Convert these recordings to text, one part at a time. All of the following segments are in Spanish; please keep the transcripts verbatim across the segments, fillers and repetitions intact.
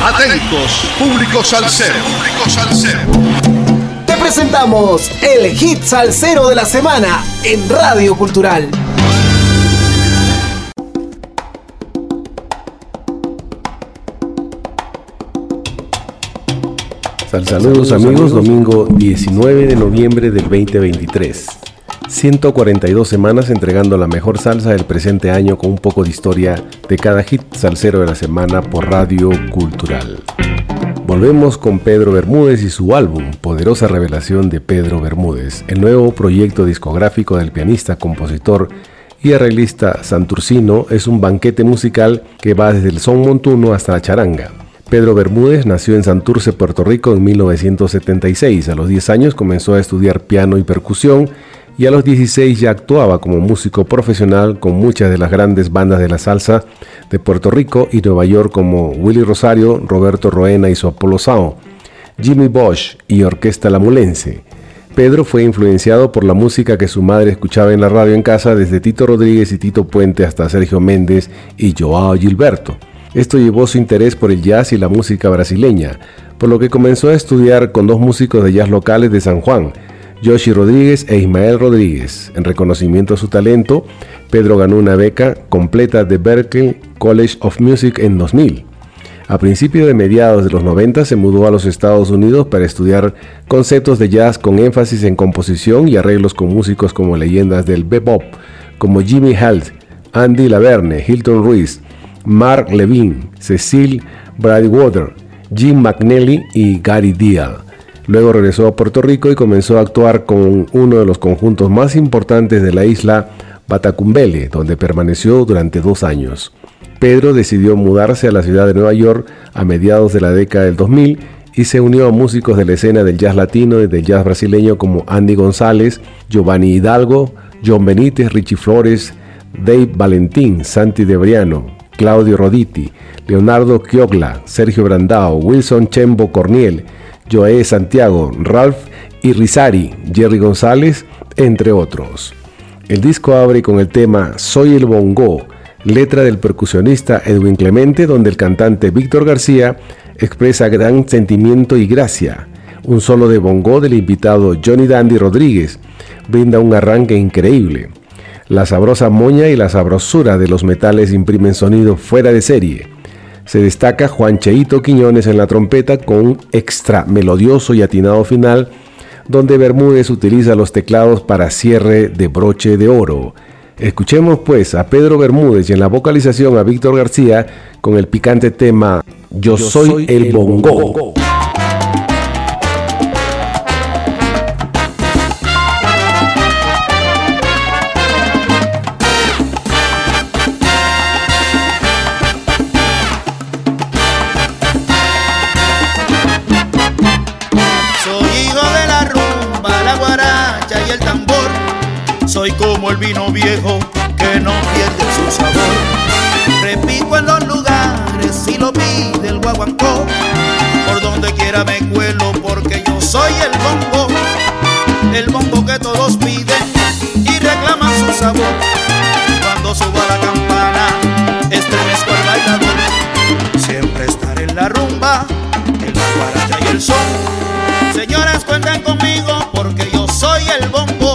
Atentos, público salsero. Público salsero. Te presentamos el hit salsero de la semana en Radio Cultural. Saludos amigos, domingo diecinueve de noviembre del veinte veintitrés. ciento cuarenta y dos semanas entregando la mejor salsa del presente año con un poco de historia de cada hit salsero de la semana por Radio Cultural. Volvemos con Pedro Bermúdez y su álbum Poderosa Revelación de Pedro Bermúdez, el nuevo proyecto discográfico del pianista, compositor y arreglista santurcino. Es un banquete musical que va desde el son montuno hasta la charanga. Pedro Bermúdez nació en Santurce, Puerto Rico en mil novecientos setenta y seis. A los diez años comenzó a estudiar piano y percusión y a los dieciséis ya actuaba como músico profesional con muchas de las grandes bandas de la salsa de Puerto Rico y Nueva York como Willy Rosario, Roberto Roena y su Apollo Sound, Jimmy Bosch y Orquesta La Mulense. Pedro fue influenciado por la música que su madre escuchaba en la radio en casa, desde Tito Rodríguez y Tito Puente hasta Sergio Méndez y Joao Gilberto. Esto llevó su interés por el jazz y la música brasileña, por lo que comenzó a estudiar con dos músicos de jazz locales de San Juan, Yoshi Rodríguez e Ismael Rodríguez. En reconocimiento a su talento, Pedro ganó una beca completa de Berklee College of Music en dos mil. A principios de mediados de los noventa se mudó a los Estados Unidos para estudiar conceptos de jazz con énfasis en composición y arreglos con músicos como leyendas del bebop, como Jimmy Halt, Andy Laverne, Hilton Ruiz, Mark Levine, Cecil Bradwater, Jim McNally y Gary Deal. Luego regresó a Puerto Rico y comenzó a actuar con uno de los conjuntos más importantes de la isla, Batacumbele, donde permaneció durante dos años. Pedro decidió mudarse a la ciudad de Nueva York a mediados de la década del dos mil y se unió a músicos de la escena del jazz latino y del jazz brasileño como Andy González, Giovanni Hidalgo, John Benítez, Richie Flores, Dave Valentín, Santi Debriano, Claudio Roditi, Leonardo Chiogla, Sergio Brandao, Wilson Chembo Corniel, Joe Santiago, Ralph Irizarry, Jerry González, entre otros. El disco abre con el tema Soy el Bongo, letra del percusionista Edwin Clemente, donde el cantante Víctor García expresa gran sentimiento y gracia. Un solo de bongo del invitado Johnny Dandy Rodríguez brinda un arranque increíble. La sabrosa moña y la sabrosura de los metales imprimen sonido fuera de serie. Se destaca Juan Cheito Quiñones en la trompeta con un extra melodioso y atinado final, donde Bermúdez utiliza los teclados para cierre de broche de oro. Escuchemos pues a Pedro Bermúdez y en la vocalización a Víctor García con el picante tema Yo, Yo soy, soy el, el bongo. bongo. Soy como el vino viejo que no pierde su sabor. Repico en los lugares si lo pide el guaguancó. Por donde quiera me cuelo porque yo soy el bongo. El bongo que todos piden y reclaman su sabor. Cuando suba la campana estremezco al bailador. Siempre estaré en la rumba, en la guaracha y el son. Señoras, cuenten conmigo porque yo soy el bongo.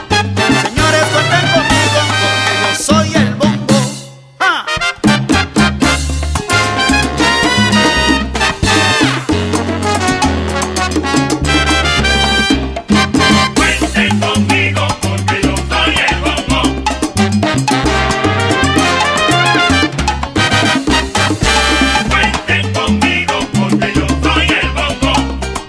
Soy el bongo. ¡Ah! Cuenten conmigo porque yo soy el bongo. Cuenten conmigo porque yo soy el bongo.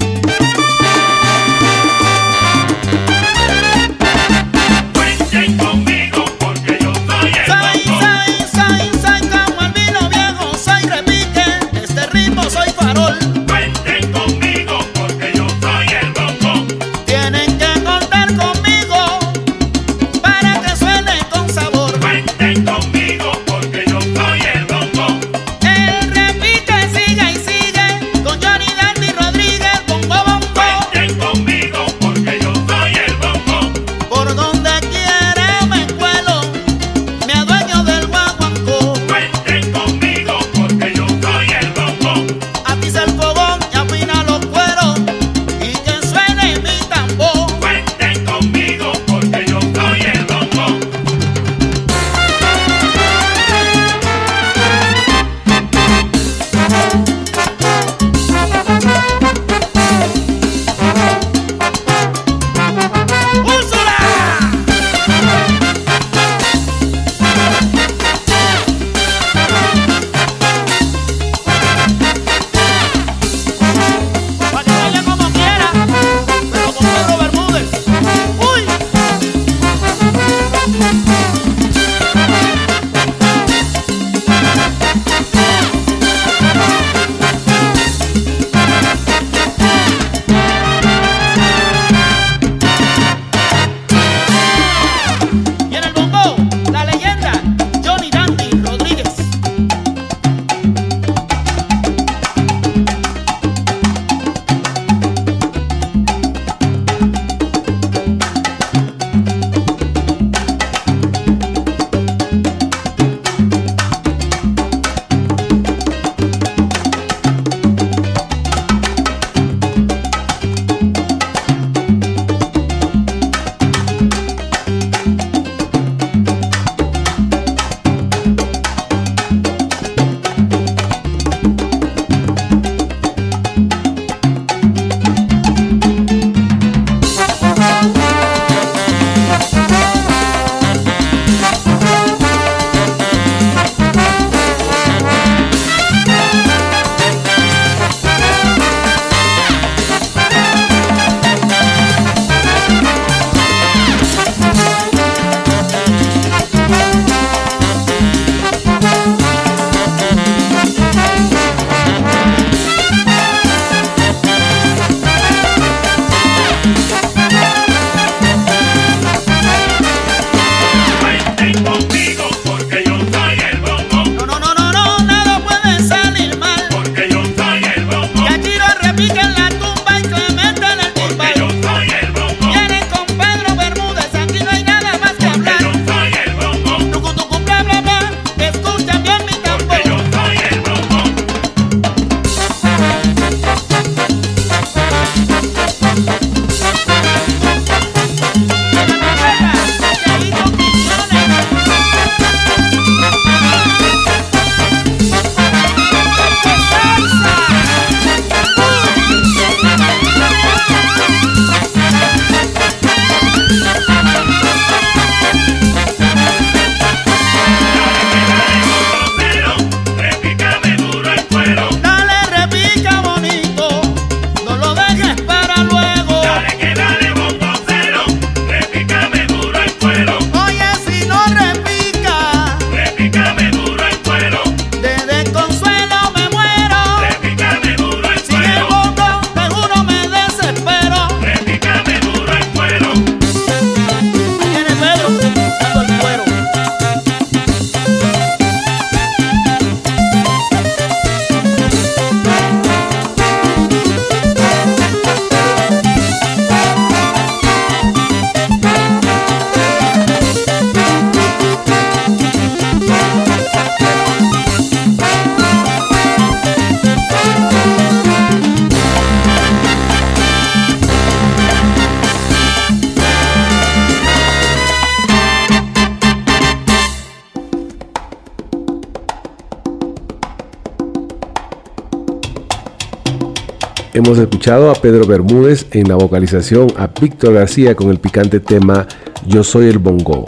Hemos escuchado a Pedro Bermúdez en la vocalización, a Víctor García con el picante tema Yo Soy el Bongo.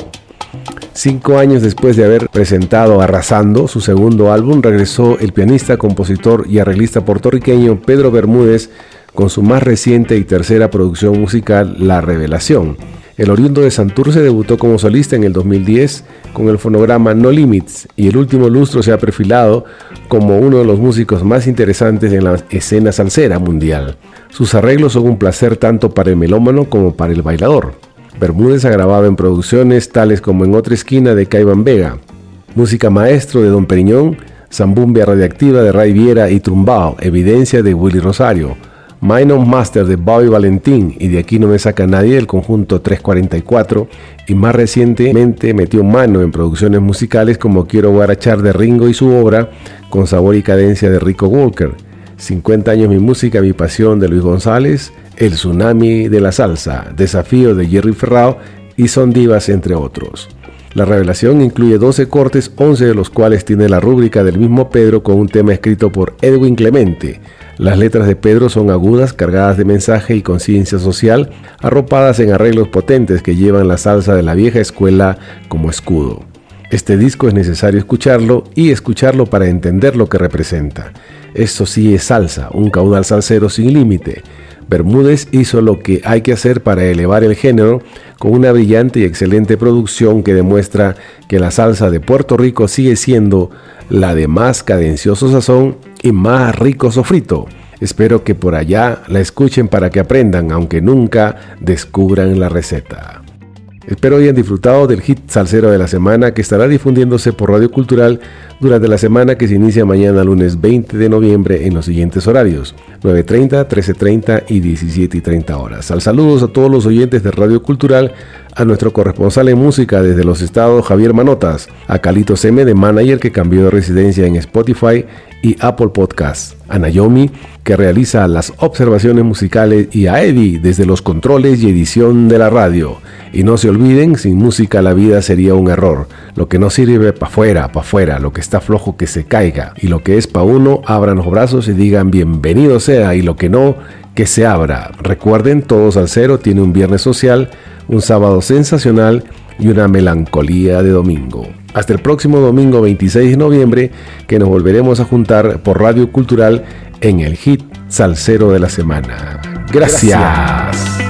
Cinco años después de haber presentado Arrasando, su segundo álbum, regresó el pianista, compositor y arreglista puertorriqueño Pedro Bermúdez con su más reciente y tercera producción musical, La Revelación. El oriundo de Santurce debutó como solista en el dos mil diez con el fonograma No Limits y el último lustro se ha perfilado como uno de los músicos más interesantes en la escena salsera mundial. Sus arreglos son un placer tanto para el melómano como para el bailador. Bermúdez ha grabado en producciones tales como En Otra Esquina de Caiban Vega, Música Maestro de Don Periñón, Zambumbia Radiactiva de Ray Viera y Trumbao, Evidencia de Willy Rosario, Mind on Master de Bobby Valentín y De Aquí No Me Saca Nadie del conjunto trescientos cuarenta y cuatro, y más recientemente metió mano en producciones musicales como Quiero Guarachar de Ringo y su obra Con Sabor y Cadencia de Rico Walker, cincuenta años mi música, mi pasión de Luis González, El Tsunami de la Salsa, Desafío de Jerry Ferrao y Son Divas, entre otros. La Revelación incluye doce cortes, once de los cuales tiene la rúbrica del mismo Pedro con un tema escrito por Edwin Clemente. Las letras de Pedro son agudas, cargadas de mensaje y conciencia social, arropadas en arreglos potentes que llevan la salsa de la vieja escuela como escudo. Este disco es necesario escucharlo y escucharlo para entender lo que representa. Esto sí es salsa, un caudal salsero sin límite. Bermúdez hizo lo que hay que hacer para elevar el género con una brillante y excelente producción que demuestra que la salsa de Puerto Rico sigue siendo la de más cadencioso sazón y más rico sofrito. Espero que por allá la escuchen para que aprendan, aunque nunca descubran la receta. Espero hayan disfrutado del hit salsero de la semana que estará difundiéndose por Radio Cultural durante la semana que se inicia mañana lunes veinte de noviembre en los siguientes horarios: nueve treinta, trece treinta y diecisiete y treinta horas. Al saludos a todos los oyentes de Radio Cultural, a nuestro corresponsal en música desde los estados Javier Manotas, a Calito Seme de Manager que cambió de residencia en Spotify y Apple Podcasts, a Naomi que realiza las observaciones musicales y a Eddie desde los controles y edición de la radio. Y no se olviden, sin música la vida sería un error. Lo que no sirve pa' fuera, pa' fuera, lo que está flojo que se caiga, y lo que es pa' uno, abran los brazos y digan bienvenido sea, y lo que no, que se abra. Recuerden, todo salsero tiene un viernes social, un sábado sensacional y una melancolía de domingo. Hasta el próximo domingo veintiséis de noviembre, que nos volveremos a juntar por Radio Cultural en el hit salsero de la semana. Gracias. Gracias.